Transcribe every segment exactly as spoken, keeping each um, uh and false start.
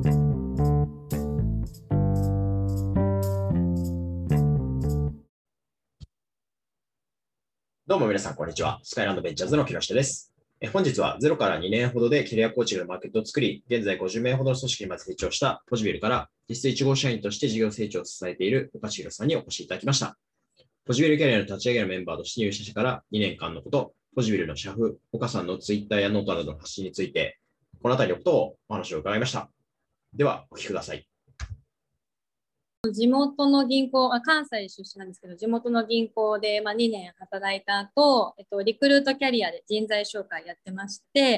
どうも皆さん、こんにちは。スカイランドベンチャーズの木下です。え本日はゼロからにねんほどでキャリアコーチングのマーケットを作り、現在ごじゅうめいほどの組織にまで成長したポジビルから実質いち号社員として事業成長を支えている岡千尋さんにお越しいただきました。ポジビルキャリアの立ち上げのメンバーとして入社してからにねんかんのこと、ポジビルの社風、岡さんのツイッターやノートなどの発信について、このあたりのことをお話を伺いました。では、お聞きください。 地元の銀行、あ関西出身なんですけど、地元の銀行で、まあ、にねん働いた後、えっと、リクルートキャリアで人材紹介やってまして、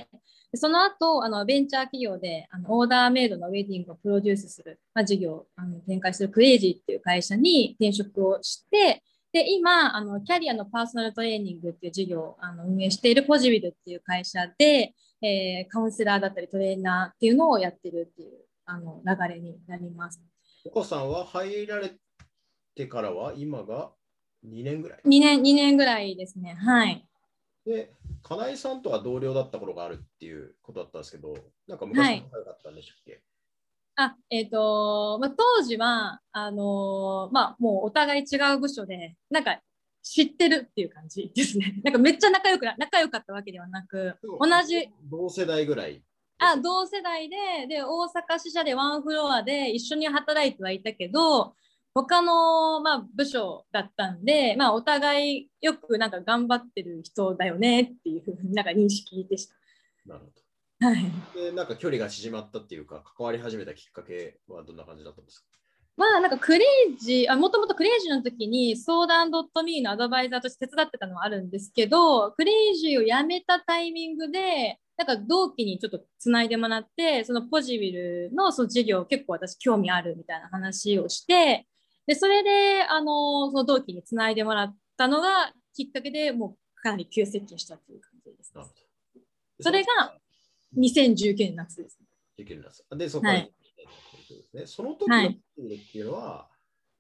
その後、あのベンチャー企業であのオーダーメイドのウェディングをプロデュースする、まあ、事業をあの展開するクレイジーっていう会社に転職をして、で今あの、キャリアのパーソナルトレーニングっていう事業をあの運営しているポジビルっていう会社で、えー、カウンセラーだったりトレーナーっていうのをやってるっていうあの流れになります。 岡さんは入られてからは今がにねんぐらい ?に 年、にねんぐらいですね。はい。 で、金井さんとは同僚だった頃があるっていうことだったんですけど、なんかはい。 昔仲良かったんでしたっけ？ あ、えっと、まあ、当時は、あのーまあ、もうお互い違う部署で、なんか知ってるっていう感じですね。なんかめっちゃ仲良くな、仲良かったわけではなく、同じ、 同世代ぐらい。 あ、同世代で、で、大阪支社でワンフロアで一緒に働いてはいたけど、他の、まあ、部署だったんで、まあ、お互いよくなんか頑張ってる人だよねっていうなんか認識でした。 なるほど。はい。 で、なんか距離が縮まったっていうか、関わり始めたきっかけはどんな感じだったんですか？ まあなんかクレイジー、あ、もともとクレイジーの時に相談 .me のアドバイザーとして手伝ってたのはあるんですけど、クレイジーを辞めたタイミングで、なんか同期にちょっとつないでもらって、そのポジビルのその事業結構私興味あるみたいな話をして、で、それで、あの、その同期につないでもらったのがきっかけでもうかなり急接近したっていう感じです。 なるほど。 それがにせんじゅうきゅうねん夏です。 じゅうきゅうねん夏。で、そこから、 はいね、その時のっていうのは、はい、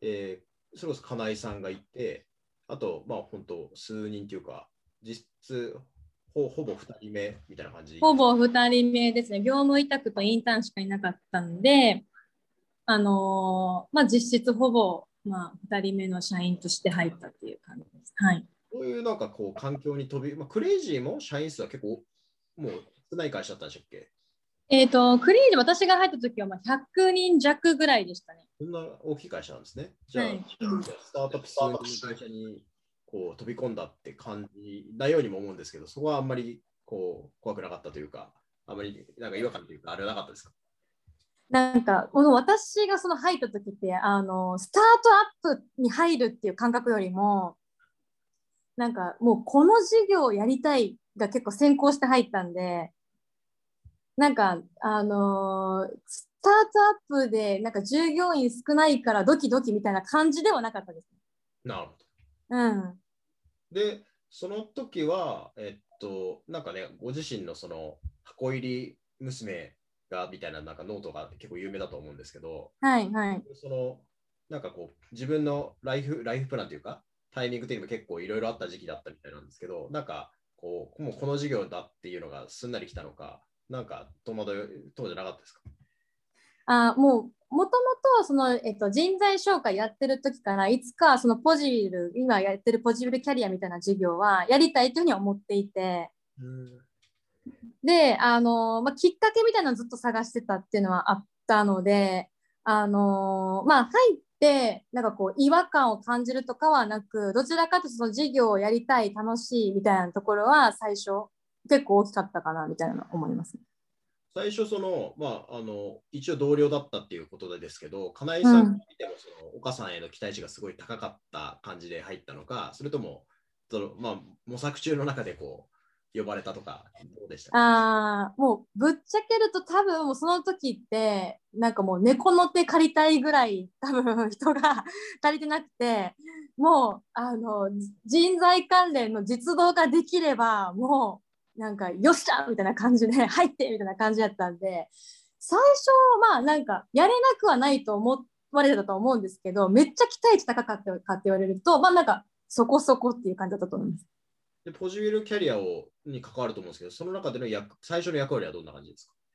えー、それこそ金井さんがいて、あと、まあ本当、数人というか、実質ほ、ほぼふたりめみたいな感じ。 ほぼふたりめですね。業務委託とインターンしかいなかったんで、あのー、まあ、実質ほぼ、まあ、ふたりめの社員として入ったっていう感じです。はい。 そういうなんかこう環境に飛び、まあ、クレイジーも社員数は結構もう少ない会社だったんでしたっけ？ えっ、ー、と、クリージ私が入った時はまあひゃくにん弱ぐらいでしたね。 そんな大きい会社なんですね。じゃあ、 はい、 スタートアップ数人の会社にこう飛び込んだって感じなようにも思うんですけど、そこはあんまりこう怖くなかったというか、あんまりなんか違和感というか、あれはなかったですか？ なんか、この私がその入った時って、あの、スタートアップに入るっていう感覚よりも、なんかもうこの事業をやりたいが結構先行して入ったんで、なんか、あのースタートアップでなんか従業員少ないからドキドキみたいな感じではなかったです。 なるほど。うん。 で、その時は、えっと、なんかね、ご自身のその箱入り娘がみたいななんかノートが結構有名だと思うんですけど、 はいはい。 そのなんかこう自分のライフライフプランというかタイミング的にも結構いろいろあった時期だったみたいなんですけど、なんかこうもうこの授業だっていうのがすんなり来たのか、なんか戸惑い等じゃなかったですか？ あ、もう、もともとその、えっと、人材紹介やってる時から、いつかそのポジビル、今やってるポジビルキャリアみたいな授業はやりたいというふうに思っていて、 うんで、あの、まあ、きっかけみたいなのをずっと探してたっていうのはあったので、あの、まあ、入って、なんかこう、違和感を感じるとかはなく、どちらかというとその授業をやりたい、楽しいみたいなところは最初、結構大きかったかな、みたいなの思います。 最初その、まあ、あの一応同僚だったっていうことでですけど、金井うさんにん。 見てもその岡さんへの期待値がすごい高かった感じで入ったのか、それともその、まあ、模索中の中でこう呼ばれたとか、どうでしたか？ ああ、もうぶっちゃけると多分もうその時ってなんかもう猫の手借りたいぐらい多分人が足りてなくて、もうあの人材関連の実動ができればもうなんかよっしゃみたいな感じで入ってみたいな感じだったんで、最初まあなんかやれなくはないと思われてたと思うんですけど、めっちゃ期待値高かったかって言われると、まあなんかそこそこっていう感じだったと思います。 でポジビルキャリアをに関わると思うんですけど、その中での役最初の役割はどんな感じですか？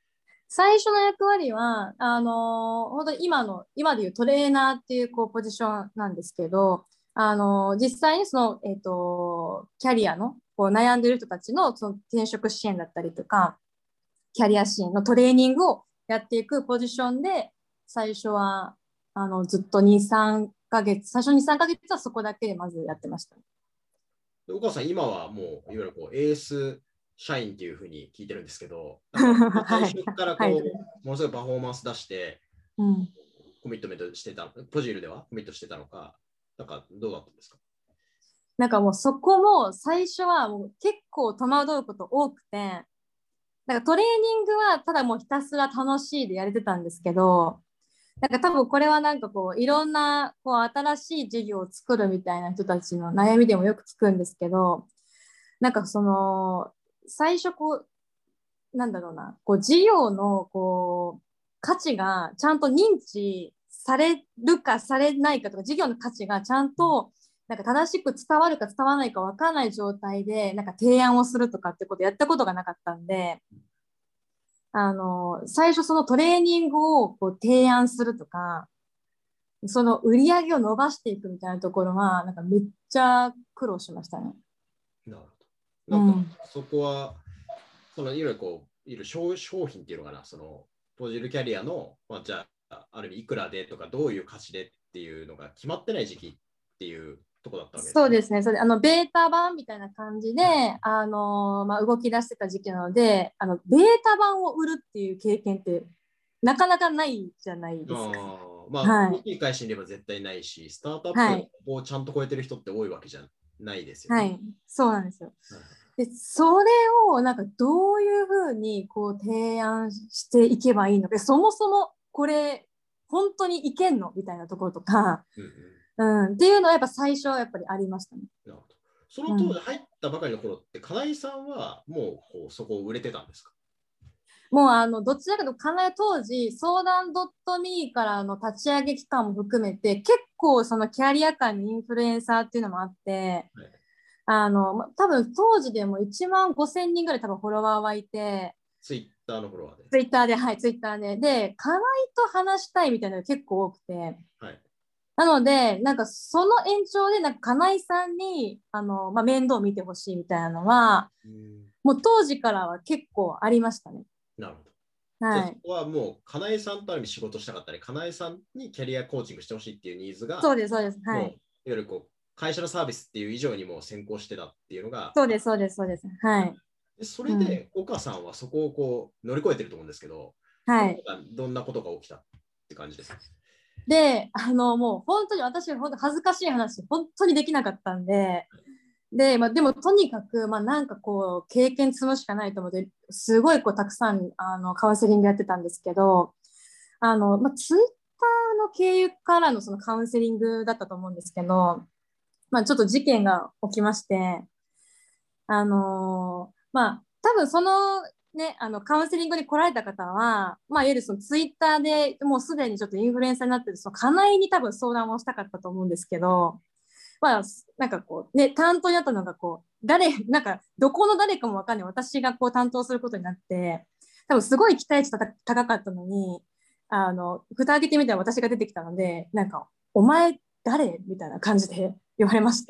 最初の役割は、あのー本当に今の、今でいうトレーナーっていう、こう、ポジションなんですけど、あのー実際にその、えっと、キャリアの、こう、悩んでる人たちの、その転職支援だったりとか、キャリア支援のトレーニングをやっていくポジションで、最初は、あの、ずっとに、さんかげつ、最初に、さんかげつはそこだけでまずやってました。 でお母さん、今はもう、いわゆるこうエース社員っていうふうに聞いてるんですけど、なんか最はい。 初からこう、 はい。 ものすごいパフォーマンス出して、 うん。 コミットメントしてた、ポジールではコミットしてたのか、なんかどうだったんですか？ なんかもうそこも最初はもう結構戸惑うこと多くて、なんかトレーニングはただもうひたすら楽しいでやれてたんですけど、なんか多分これはなんかこういろんなこう新しい事業を作るみたいな人たちの悩みでもよくつくんですけど、なんかその最初こうなんだろうな、こう事業のこう価値がちゃんと認知されるかされないかとか、事業の価値がちゃんとなんか正しく伝わるか伝わらないか分からない状態でなんか提案をするとかってことをやったことがなかったんで、あの、最初そのトレーニングをこう提案するとか、その売り上げを伸ばしていくみたいなところは、なんかめっちゃ苦労しましたね。 なるほど。なんか、 うん。 そこは、そのいわゆるこう、いわゆる商商品っていうのかな、そのポジルキャリアの、まあ、じゃあ、ある意味いくらでとか、どういう価値でっていうのが決まってない時期っていうとこだったわけですね。 そうですね。それ、あの、ベータ版みたいな感じで、 はい。 あの、まあ、動き出してた時期なので、あの、ベータ版を売るっていう経験って、なかなかないじゃないですか。 あまあ、 はい。 大きい会社にいれば絶対ないし、スタートアップはい。 をちゃんと超えてる人って多いわけじゃないですよね。 はい。そうなんですよ。 はいはい。 で、それを、なんか、どういうふうに、こう、提案していけばいいのか、そもそも、これ、本当にいけんのみたいなところとか、 うんうん。 うん、っていうのは、やっぱ最初はやっぱりありましたね。 なるほど。そのうん。 当時入ったばかりの頃って、金井さんはもうこうそこを売れてたんですか？ もうあのどちらかというと、かなり当時、相談 .me からの立ち上げ期間も含めて、結構そのキャリア界のインフルエンサーっていうのもあって、 はい。 あの、ま多分当時でもいちまんごせんにんぐらい多分フォロワーはいて、 ツイッターのフォロワーで。 ツイッターで、はい、ツイッターで。で、かなりと話したいみたいなのが結構多くて、 はい。 なので、なんかその延長で、なんか金井さんに、あの、まあ、面倒見てほしいみたいなのは、 うん。 もう当時からは結構ありましたね。 なるほど。じゃあそはい。 こはもう、金井さんとある意味仕事したかったり、金井さんにキャリアコーチングしてほしいっていうニーズが、 そうです、そうです。 もう、いわはい。 ゆるこう、会社のサービスっていう以上にも先行してたっていうのが、 そうです、そうです、そうです。はい。 でそうん。 れで、岡さんはそこをこう乗り越えてると思うんですけど、 はい。 どんなことが起きたって感じですか？ で、あの、もう本当に私、本当恥ずかしい話、本当にできなかったんで、で、まあ、でもとにかく、まあ、なんかこう、経験積むしかないと思って、すごいこう、たくさん、あの、カウンセリングやってたんですけど、あの、まあ、ツイッターの経由からのそのカウンセリングだったと思うんですけど、まあ、ちょっと事件が起きまして、あのーまあ、多分そのね、あの、カウンセリングに来られた方は、まあ、いわゆるそのツイッターでもうすでにちょっとインフルエンサーになってる、その家内に多分相談をしたかったと思うんですけど、まあ、なんかこう、ね、担当になったのがこう、誰、なんか、どこの誰かもわかんない私がこう担当することになって、多分すごい期待値高かったのに、あの、蓋開けてみたら私が出てきたので、なんか、お前誰みたいな感じで言われまして。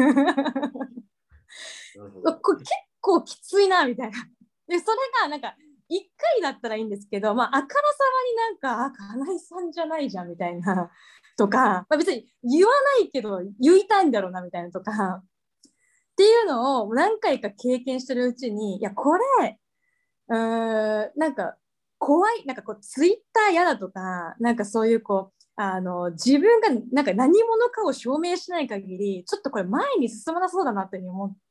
なるほど。 これ結構きついなみたいな。で、それがなんかいっかいだったらいいんですけど、まあ、あからさまになんか、あ、金井さんじゃないじゃんみたいなとか、まあ、別に言わないけど言いたいんだろうなみたいなとか、っていうのを何回か経験してるうちに、いや、これ、うーん、なんか怖い、なんかこう、ツイッター嫌だとか、なんかそういうこう、あの、自分がなんか何者かを証明しない限り、ちょっとこれ前に進まなそうだなというふうに思って、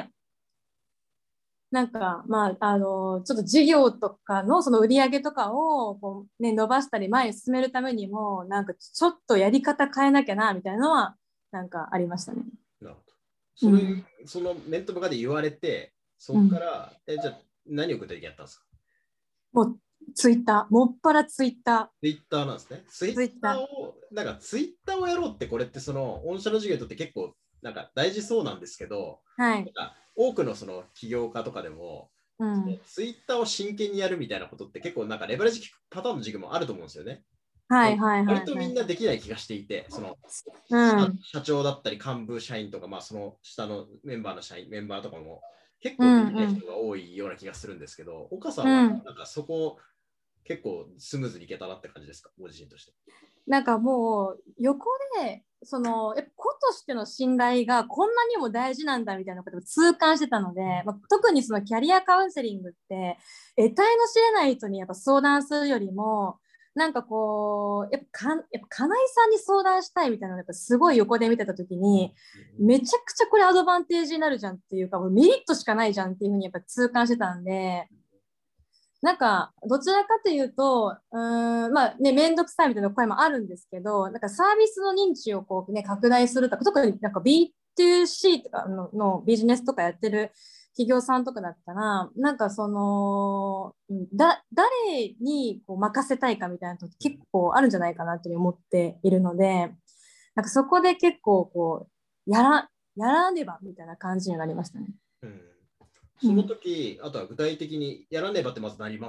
なんか、まあ、あの、ちょっと事業とかのその売り上げとかをこう、ね、伸ばしたり前に進めるためにも、なんかちょっとやり方変えなきゃな、みたいなのは、なんかありましたね。 なるほど。それ、 うん。 その面と向かって言われて、そこかうん。 ら、え、じゃあ何を具体的にやったんですか？ もう、ツイッター、もっぱらツイッタツイッターなんですね。ツイー、ツイッターッタを、なんかツイッターをやろうって、これってその、御社の授業にとって結構、なんか大事そうなんですけど、 ー。はい。 なんか多くのその起業家とかでも、 うん、 ツイッターを真剣にやるみたいなことって結構なんかレバレッジパターンの授業もあると思うんですよね。 はいはいはい割とみんなできない気がしていて、その、 うん、 社長だったり幹部社員とか、まあ、その下のメンバーの社員、メンバーとかも結構できない人が多いような気がするんですけど、岡さんはなんかそこ結構スムーズにいけたなって感じですか、ご自身として。 なんかもう横でそのやっぱ子としての信頼がこんなにも大事なんだみたいなことを痛感してたので、まあ、特にそのキャリアカウンセリングって得体の知れない人にやっぱ相談するよりもなんかこうやっぱかやっぱ金井さんに相談したいみたいなのをやっぱすごい横で見てた時にめちゃくちゃこれアドバンテージになるじゃんっていうかもうメリットしかないじゃんっていうふうにやっぱ痛感してたんでなんか、どちらかというと、うーん、まあね、めんどくさいみたいな声もあるんですけど、なんかサービスの認知をこうね、拡大するとか、特になんか ビーツーシー とかののビジネスとかやってる企業さんとかだったら、なんかその、だ、誰にこう任せたいかみたいなのって結構あるんじゃないかなと思っているので、なんかそこで結構こう、やら、やらねばみたいな感じになりましたね。 うんその時、あとは具体的にやらねばってまずなります。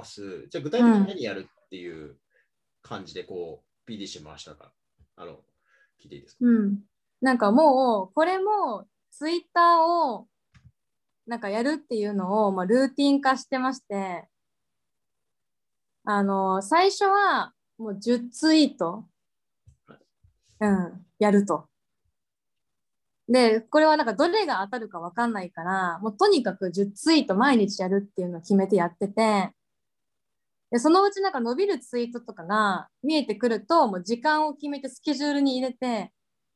じゃあ具体うん。 的に何やるっていう感じでこう ピーディーシー 回したか、あの、聞いていいですか。 うん。なんかもう、これもツイッターをなんかやるっていうのを、まあ、ルーティン化してまして、あの、最初はもうじゅうツイート、うん、やると。で、これはなんかどれが当たるかわかんないから、もうとにかくじゅうツイート毎日やるっていうのを決めてやってて、で、そのうちなんか伸びるツイートとかが見えてくると、もう時間を決めてスケジュールに入れて、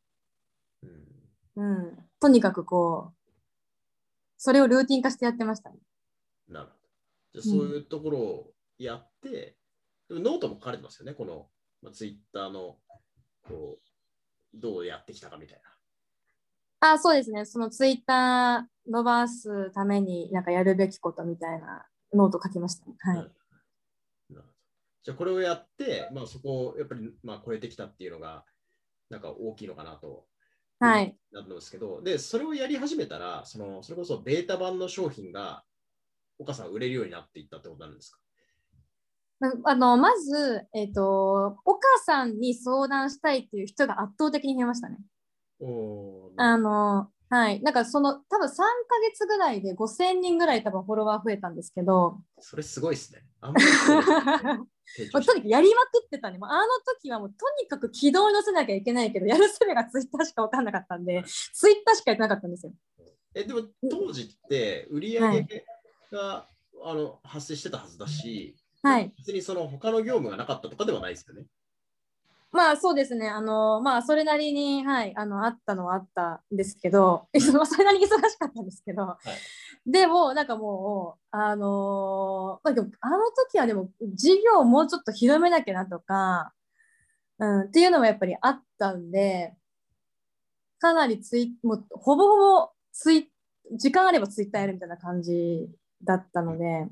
うん、 うん、とにかくこう、それをルーティン化してやってましたね。 なるほど。じゃあうん。 そういうところをやって、ノートも書かれてますよね、この、まあ、ツイッターのこうどうやってきたかみたいあ、そうですね。そのツイッター伸ばすためになんかやるべきことみたいなノート書きましたね。はな。うい。 ん、なるほど。じゃあこれをやって、まあ、そこをやっぱり、まあ、超えてきたっていうのがなんか大きいのかなというふうにはい。 なるんですけど、で、それをやり始めたら、そのそれこそベータ版の商品が岡さん売れるようになっていったってことなんですか。 まあの、まず、えっと、お母さんに相談したいっていう人が圧倒的に増えましたね。 おー、なるあほの、はい。なんかその、多分さんかげつぐらいでごせんにんぐらい多分フォロワー増えたんですけど、 ど。それすごいですね。あんまりないですよね。成長してる。 もうとにかくやりまくってたね。もうあの時はもうとにかく軌道に乗せなきゃいけないけど、やるすべがツイッターしか分かんなかったんで、ツイッターしかやってなかったんですよ。 え、でも当時って売り上はい。 げがあの発生してたはずだし、なんかはい。 別にその他の業務がなかったとかではないですよね。 まあそうですね。あの、まあそれなりに、はい、あの、あったのはあったんですけど、まあそれなりに忙しかったんですけど、 はい。 でも、なんかもう、あのまあ、でもあの時はでも事業をもうちょっと広めなきゃなとか、うん、っていうのもやっぱりあったんで、かなりツイ、もうほぼほぼツイ、時間あればツイッターやるみたいな感じだったので、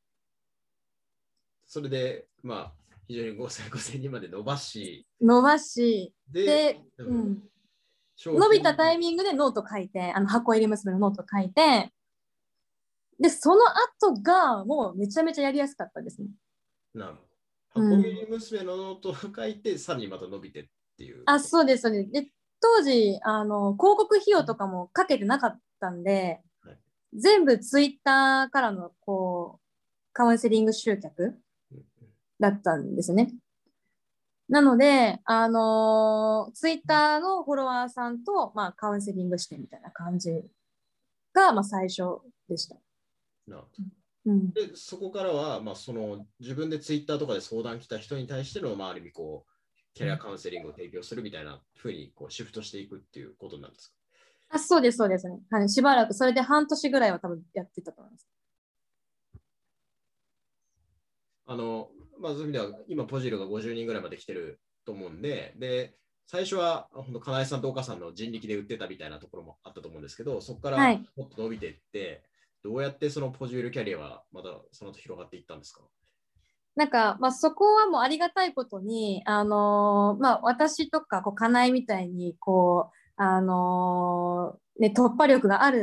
それで、まあ、非常にごせん、ごせんにんまで伸ばし、 伸ばし、 で、 で、 うん、 うん、 商伸びたタイ品、 ミングでノート書いて、あの箱入り娘のノート書いて、で、その後がもうめちゃめちゃやりやすかったですね。 なるほど。 う箱入りん。 娘のノートを書いて、さらにまた伸びてっていう。 あ、そうです、そうです。で、当時、あの、広告費用とかもかけてなかったんで、 はい。 全部ツイッターからの、こう、カウンセリング集客うん、 だったんですね。なので、あのツイッターのフォロワーさんと、まあ、カウンセリングしてみたいな感じが、まあ、最初でした。 なるほうん。 ど。で、そこからは、まあ、その自分でツイッターとかで相談来た人に対しての、まあ、ある意味こう、キャリアカウンセリングを提供するみたいなふうにこうシフトしていくっていうことなんですか。 あ、そうです、そうですね。はい、しばらく、それで半年ぐらいは多分やってたと思います。 あの、まあ、そういう意味では、今、ポジルがごじゅうにんぐらいまで来てると思うんで、で、最初は、本当、金井さんと岡さんの人力で売ってたみたいなところもあったと思うんですけど、そこからはい。 もっと伸びていって、どうやってそのポジュールキャリアはまたその後広がっていったんですか。 なんか、まあ、そこはもうありがたいことに、あのーまあ、私とか、こう、金井みたいに、こう、あのーね、突破力がある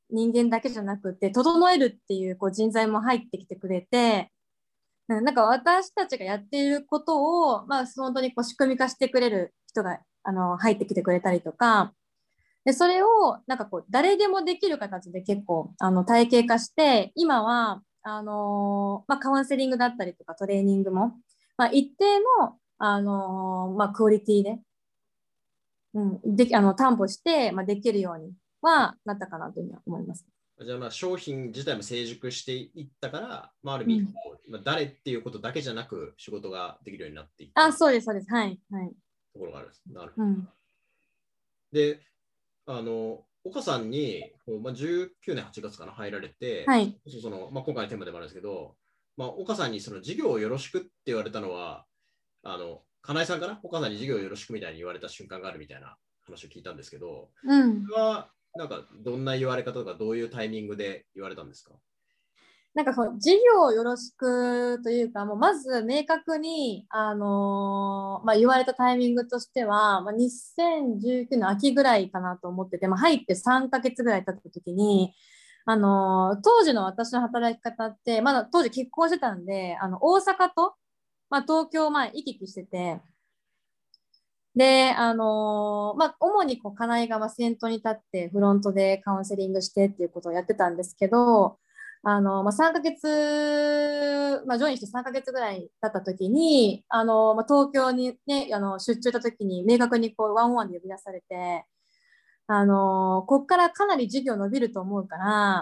人間だけじゃなくて、整えるっていう、こう人材も入ってきてくれて、うんなんか私たちがやっていることを、まあ、本当にこう仕組み化してくれる人があの入ってきてくれたりとか、でそれをなんかこう誰でもできる形で結構あの体系化して、今はあの、まあ、カウンセリングだったりとかトレーニングも、まあ、一定の、あのまあ、クオリティで、うん、であの担保して、まあ、できるようにはなったかなというふうに思います。 じゃあまあ商品自体も成熟していったから、まあ、ある意味、 うん、 まあ、誰っていうことだけじゃなく仕事ができるようになっていったあ、そうです、そうです。はい。はい。 ところがあるんです。なるほど。 うん、 で、あの、岡さんに、こうまあ、じゅうきゅうねんはちがつかな入られて、 はい。 そのまあ、今回のテーマでもあるんですけど、まあ、岡さんにその事業をよろしくって言われたのは、あの、金井さんかな岡さんに事業をよろしくみたいに言われた瞬間があるみたいな話を聞いたんですけど、 うん。 それはなんかどんな言われ方とかどういうタイミングで言われたんですか？ なんかその事業をよろしくというか、もうまず明確に、あのーまあ、言われたタイミングとしては、まあ、にせんじゅうきゅうねん秋ぐらいかなと思ってて、まあ、入ってさんかげつぐらい経った時に、あのー当時の私の働き方って、まだ当時結婚してたんで、あの大阪と、まあ、東京をまあ行き来してて、で、あのーまあ、主にこう、金井がまあ先頭に立ってフロントでカウンセリングしてっていうことをやってたんですけど、あの、まあ、さんかげつ、まあ、ジョインしてさんかげつぐらい経った時に、あの、まあ、東京にね、あの、出張した時に明確にこう、ワンオンワンで呼び出されて、あの、こっからかなり事業伸びると思うから、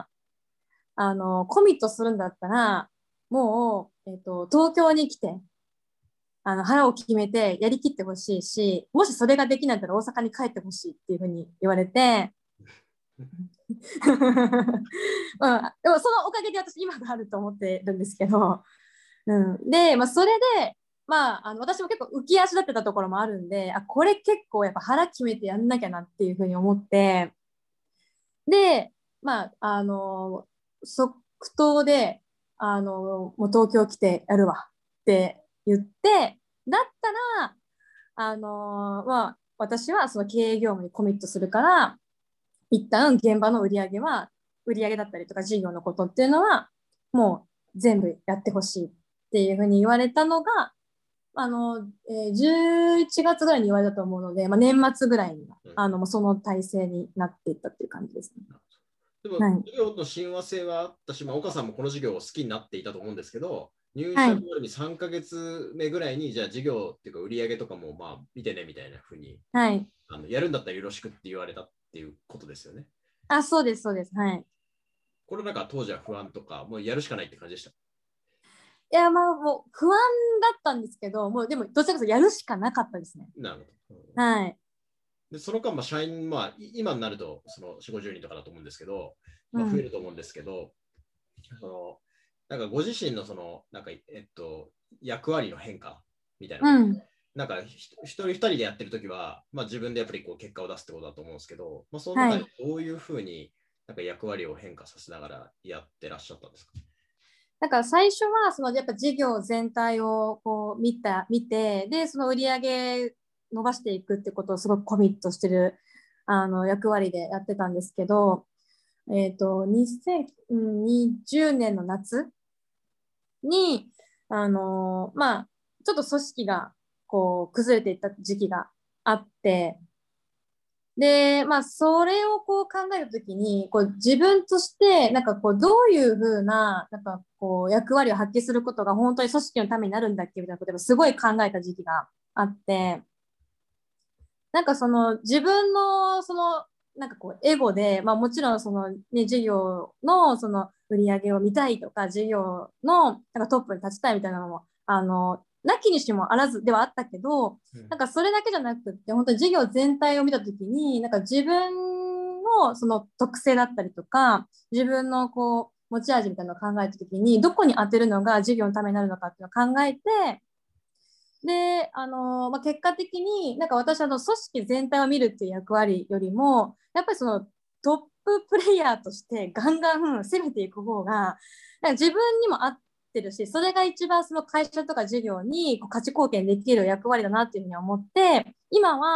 あの、コミットするんだったら、もう、えっと、東京に来て、あの腹を決めてやりきってほしいし、もしそれができないなら大阪に帰ってほしいっていうふうに言われて、うん、でもそのおかげで私今があると思ってるんですけど、うん、で、まあ、それで、まあ、あの私も結構浮き足立ってたところもあるんで、あ、これ結構やっぱ腹決めてやんなきゃなっていうふうに思って、で、まあ、あの、即答で、あの、もう東京来てやるわって言って、だったら、あのまあ、私はその経営業務にコミットするから、一旦現場の売り上げは、売り上げだったりとか事業のことっていうのは、もう全部やってほしいっていうふうに言われたのが、あの、えー、じゅういちがつぐらいに言われたと思うので、まあ、年末ぐらいには、あの、もうその体制になっていったっていう感じですね。 でも、 はい。 事業の親和性はあったし、まあ、岡さんもこの事業を好きになっていたと思うんですけど、入はい。 社後にさんかげつめぐらいに、じゃあ事業っていうか売り上げとかもまあ見てねみたいなふうに、 はい。 あのやるんだったらよろしくって言われたっていうことですよね。 あ、そうです、そうです。はい。 これなんか当時は不安とか、もうやるしかないって感じでした。 いや、まあ、もう不安だったんですけど、もうでも、どちらかというとやるしかなかったですね。 なるほど。 はい。 で、その間、まあ、社員、まあ、今になると、そのよんじゅう、ごじゅうにんとかだと思うんですけど、まあ、増えうん。 ると思うんですけど、その、なんかご自身のその、なんか、えっと、役割の変化みたいなこと、 うん。 なんか、ひ一人二人でやってるときは、まあ、自分でやっぱりこう結果を出すってことだと思うんですけど、まあ、その中ではい。 どういうふうになんか役割を変化させながらやってらっしゃったんですか？ だから最初は、そのやっぱ事業全体をこう見た、見て、で、その売り上げ伸ばしていくってことをすごくコミットしてる、あの、役割でやってたんですけど、えっと、にせんにじゅうねんの夏に、あの、まあ、ちょっと組織がこう崩れていった時期があって、で、まあ、それをこう考えるときに、こう自分として、なんかこう、どういうふうな、なんかこう、役割を発揮することが本当に組織のためになるんだっけみたいなことをすごい考えた時期があって、なんかその自分のそのなんかこうエゴで、まあ、もちろんその、ね、事業のその売り上げを見たいとか事業のなんかトップに立ちたいみたいなのもあのなきにしもあらずではあったけど、 うん、 なんかそれだけじゃなくって本当に事業全体を見た時になんか自分のその特性だったりとか自分のこう持ち味みたいなのを考えた時にどこに当てるのが事業のためになるのかっていうのを考えて、で、あのまあ、結果的になんか私はの組織全体を見るっていう役割よりもやっぱりそのトッププレイヤーとしてガンガン攻めていく方がなんか自分にも合ってるし、それが一番その会社とか事業にこう価値貢献できる役割だなっていうふうに思って、今は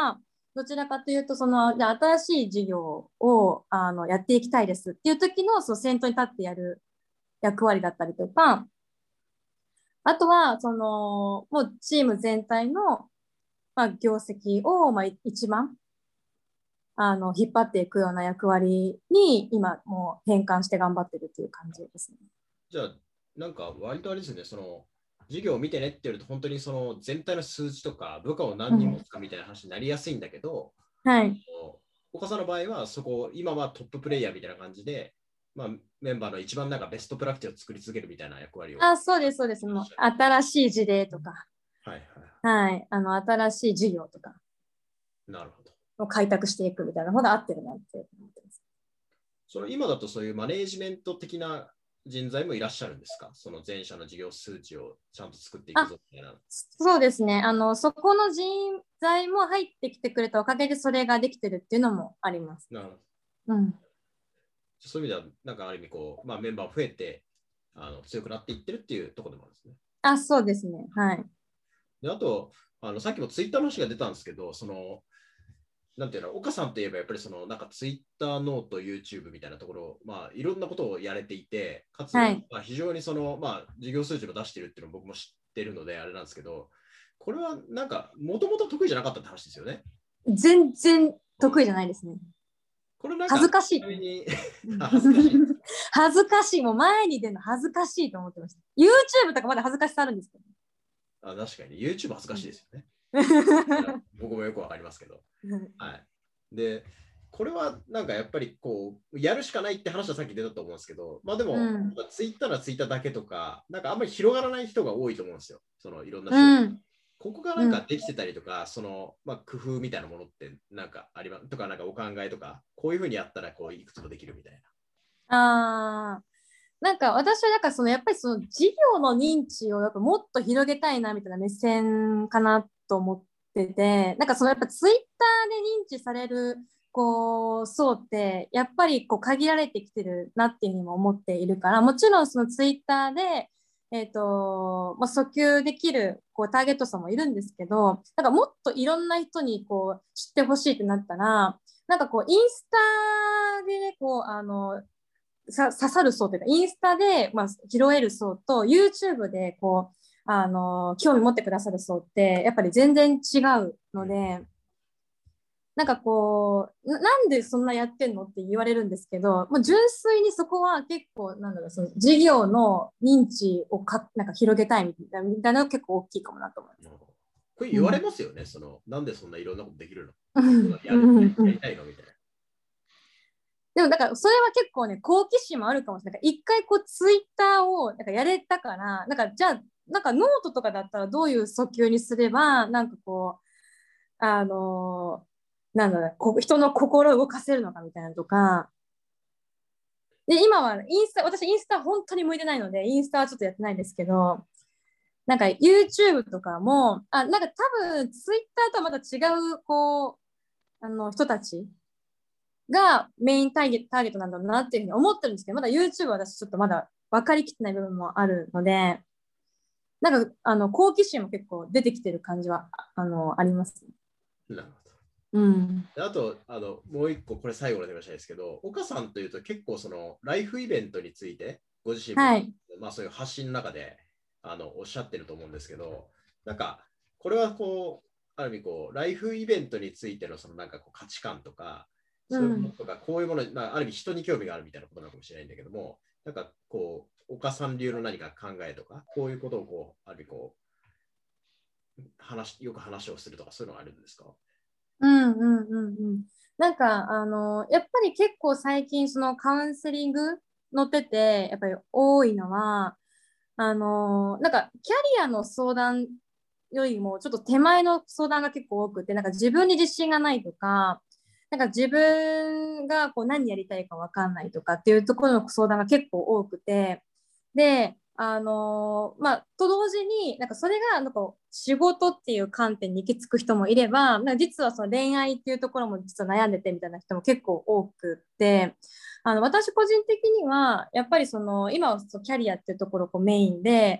どちらかというと、その、じゃあ新しい事業をあのやっていきたいですっていう時の、そう先頭に立ってやる役割だったりとか、あとは、その、もうチーム全体の、まあ、業績を、まあ、一番、あの、引っ張っていくような役割に、今、もう変換して頑張ってるっていう感じですね。 じゃあ、なんか割とあれですよね、その、事業を見てねって言うと、本当にその全体の数字とか、部下を何人持つかみたいな話になりやすいんだけど、 はい。 岡さんの場合は、そこ、今はトッププレイヤーみたいな感じで、まあ、メンバーの一番なんかベストプラクティを作り続けるみたいな役割を。 あ、そうです、そうです。もう、新しい事例とか、 はいはい。あの、新しい事業とかなるほど。 を開拓していくみたいな方が合ってるなって思ってます。 その今だとそういうマネージメント的な人材もいらっしゃるんですか？その前者の事業数値をちゃんと作っていくぞみたいな。 そうですね。あの、そこの人材も入ってきてくれたおかげでそれができてるっていうのもあります。 なるほど。うん。 そういう意味では、なんかある意味こう、まあ、メンバー増えてあの強くなっていってるっていうところでもあるんですね。 あ、そうですね。はい。 であとあの、さっきもツイッターの話が出たんですけど、その、なんていうの、岡さんといえばやっぱりその、なんかツイッターノート、YouTube みたいなところ、まあ、いろんなことをやれていて、かつ、 はい、 まあ、非常にその、まあ、事業数字も出しているっていうのを僕も知ってるので、あれなんですけど、これはなんか、もともと得意じゃなかったって話ですよね。 全然得意じゃないですね。 これなんか、 恥ずかしい。 恥ずかしい。 恥ずかしい。もう前に出るの恥ずかしいと思ってました。YouTube とかまだ恥ずかしさあるんですけど。 あ、確かに YouTube 恥ずかしいですよね。僕もよくわかりますけど。はい。で、これはなんかやっぱりこう、やるしかないって話はさっき出たと思うんですけど、まあでも、うん、ツイッターならツイッターだけとか、なんかあんまり広がらない人が多いと思うんですよ。そのいろんな人、うん、ここがなんかできてたりとか、うん、その、まあ、工夫みたいなものってなんかありますとか、なんかお考えとか、こういうふうにやったらこういくつもできるみたいな。ああ。なんか私はなんかそのやっぱりその事業の認知をやっぱもっと広げたいなみたいな目線かなと思ってて、なんかそのやっぱツイッターで認知されるこう層ってやっぱりこう限られてきてるなっていうふうにも思っているから、もちろんそのツイッターでえっとまあ、訴求できるこうターゲット層もいるんですけど、なんかもっといろんな人にこう知ってほしいってなったら、なんかこうインスタでねこうあのさ刺さる層というか、インスタで、まあ、拾える層と YouTube でこうあの興味持ってくださる層ってやっぱり全然違うので、うん、なんかこうな、なんでそんなやってんのって言われるんですけど、もう純粋にそこは結構なんだろう、その事業の認知をかなんか広げたいみたいなみたいなのが結構大きいかもなと思います。 これ言われますよね、うん、そのなんでそんないろんなことできるの、やるやりたいのみたいな。 でもだからそれは結構ね好奇心もあるかもしれない。一回こうツイッターをなんかやれたからなんかじゃあなんかノートとかだったらどういう訴求にすればなんかこうあのー、なんだろう人の心を動かせるのかみたいなとかで今はインスタ私インスタ本当に向いてないのでインスタはちょっとやってないんですけどなんか YouTube とかもあなんか多分ツイッターとはまた違うこうあの人たちがメインターゲット、ターゲットなんだろうなっていうふうに思ってるんですけど、まだ YouTube は私ちょっとまだ分かりきってない部分もあるので、なんかあの好奇心も結構出てきてる感じはあのあります、 ね。なるほど。 うん、 あとあの、もう一個、これ最後の出ましたですけど、岡さんというと結構そのライフイベントについて、ご自身も、はい、まあ、そういう発信の中であのおっしゃってると思うんですけど、なんか、これはこう、ある意味こう、ライフイベントについてのそのなんかこう価値観とか、そういうものとか、こういうもの、まあ、ある意味人に興味があるみたいなことなのかもしれないんだけども、なんかこう、岡さん流の何か考えとか、こういうことをこう、ある意味こう、話よく話をするとか、そういうのがあるんですか？ うんうんうんうん。なんか、あの、やっぱり結構最近、そのカウンセリング載ってて、やっぱり多いのは、あの、なんか、キャリアの相談よりも、ちょっと手前の相談が結構多くて、なんか自分に自信がないとか、なんか自分がこう何やりたいか分かんないとかっていうところの相談が結構多くて、で、あのー、まあ、と同時に、なんかそれが、なんか仕事っていう観点に行き着く人もいれば、なんか実はその恋愛っていうところも実は悩んでてみたいな人も結構多くって、あの、私個人的には、やっぱりその、今はそのキャリアっていうところをこうメインで、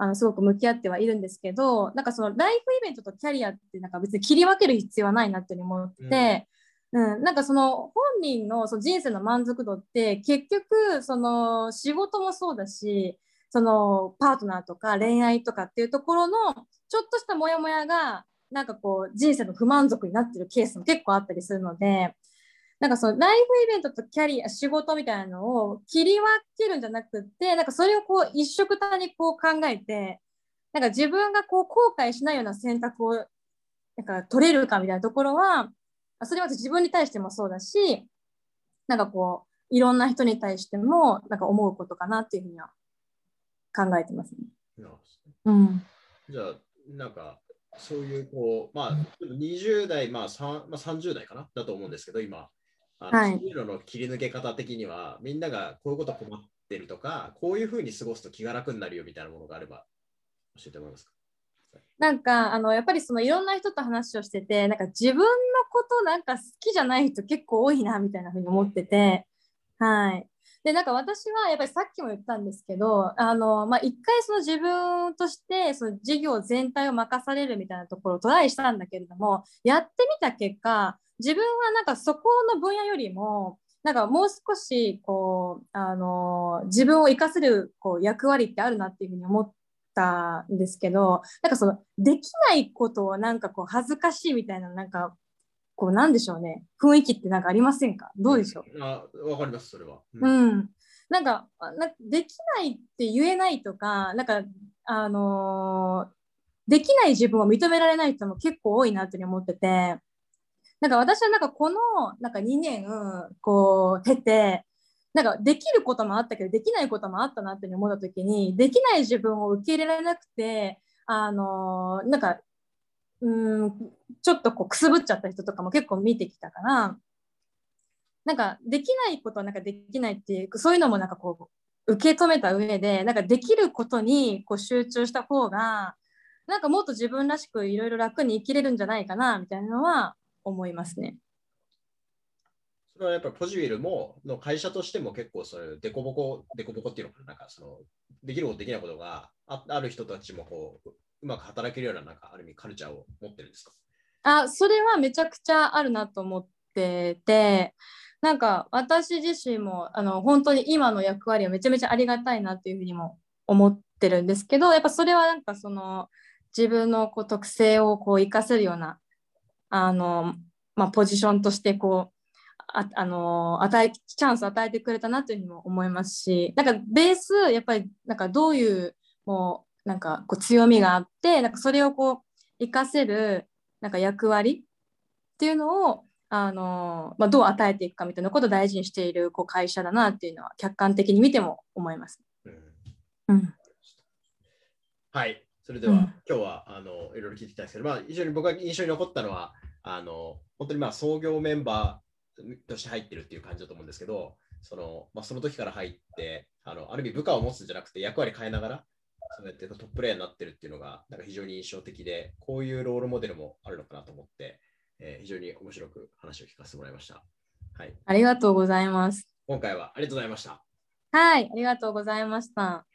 あのすごく向き合ってはいるんですけど、なんかそのライフイベントとキャリアってなんか別に切り分ける必要はないなって思って、うん、うん、なんかその本人のその人生の満足度って結局その仕事もそうだし、そのパートナーとか恋愛とかっていうところのちょっとしたモヤモヤがなんかこう人生の不満足になってるケースも結構あったりするので、なんかそのライフイベントとキャリア、仕事みたいなのを切り分けるんじゃなくて、なんかそれをこう一緒くたにこう考えて、なんか自分がこう後悔しないような選択をなんか取れるかみたいなところは、それは自分に対してもそうだし、なんかこういろんな人に対してもなんか思うことかなっていうふうには考えてますね。 うん、じゃあなんかそういうこうまあにじゅう代、まあまあ、さんじゅう代かなだと思うんですけど今。あの、はい、そういうのの切り抜け方的には、みんながこういうこと困ってるとか、こういうふうに過ごすと気が楽になるよみたいなものがあれば教えてもらえますか。 なんかあのやっぱりそのいろんな人と話をしてて、なんか自分のことなんか好きじゃない人結構多いなみたいなふうに思ってて、はい。でなんか私はやっぱりさっきも言ったんですけど、あのまあ一回その自分としてその事業全体を任されるみたいなところをトライしたんだけれども、やってみた結果、自分はなんかそこの分野よりもなんかもう少しこうあの自分を生かせるこう役割ってあるなっていうふうに思ったんですけど、なんかそのできないことをなんかこう恥ずかしいみたいな、なんかこうなんでしょうね、雰囲気ってなんかありませんか？どうでしょう？ うん、あ、わかります、それは。 うん、うん、なんかなできないって言えないとか、なんかあのー、できない自分を認められない人も結構多いなって思ってて、なんか私はなんかこのなんかにねんこう経て、なんかできることもあったけどできないこともあったなって思った時に、できない自分を受け入れられなくて、あのー、なんかうんちょっとこうくすぶっちゃった人とかも結構見てきたから、なんかできないことはなんかできないっていう、そういうのもなんかこう受け止めた上で、なんかできることにこう集中した方がなんかもっと自分らしくいろいろ楽に生きれるんじゃないかなみたいなのは思いますね。 それはやっぱりポジビルもの会社としても結構そういうデコボコ、デコボコっていうのかな、なんかそのできることできないことが あ, ある人たちもこううまく働けるような、なんかある意味カルチャーを持ってるんですか？ あ、それはめちゃくちゃあるなと思ってて、なんか私自身もあの本当に今の役割はめちゃめちゃありがたいなっていうふうにも思ってるんですけど、やっぱそれはなんかその自分のこう特性をこう活かせるようなあの、まあ、ポジションとしてこうああの与えチャンスを与えてくれたなというふうにも思いますし、なんかベースやっぱりなんかどういうもうなんかこう強みがあって、なんかそれをこう活かせるなんか役割っていうのをあの、まあ、どう与えていくかみたいなことを大事にしているこう会社だなっていうのは客観的に見ても思います。うんうん、 はい、それでは、うん、今日はあのいろいろ聞いてきたんですけど、まあ、非常に僕が印象に残ったのはあの本当にまあ創業メンバーとして入ってるっていう感じだと思うんですけど、その、まあ、その時から入ってあのある意味部下を持つんじゃなくて役割変えながらそうやってトッププレイヤーになってるっていうのがなんか非常に印象的で、こういうロールモデルもあるのかなと思って、えー、非常に面白く話を聞かせてもらいました。はい、 ありがとうございます。 今回はありがとうございました。 はい、ありがとうございました。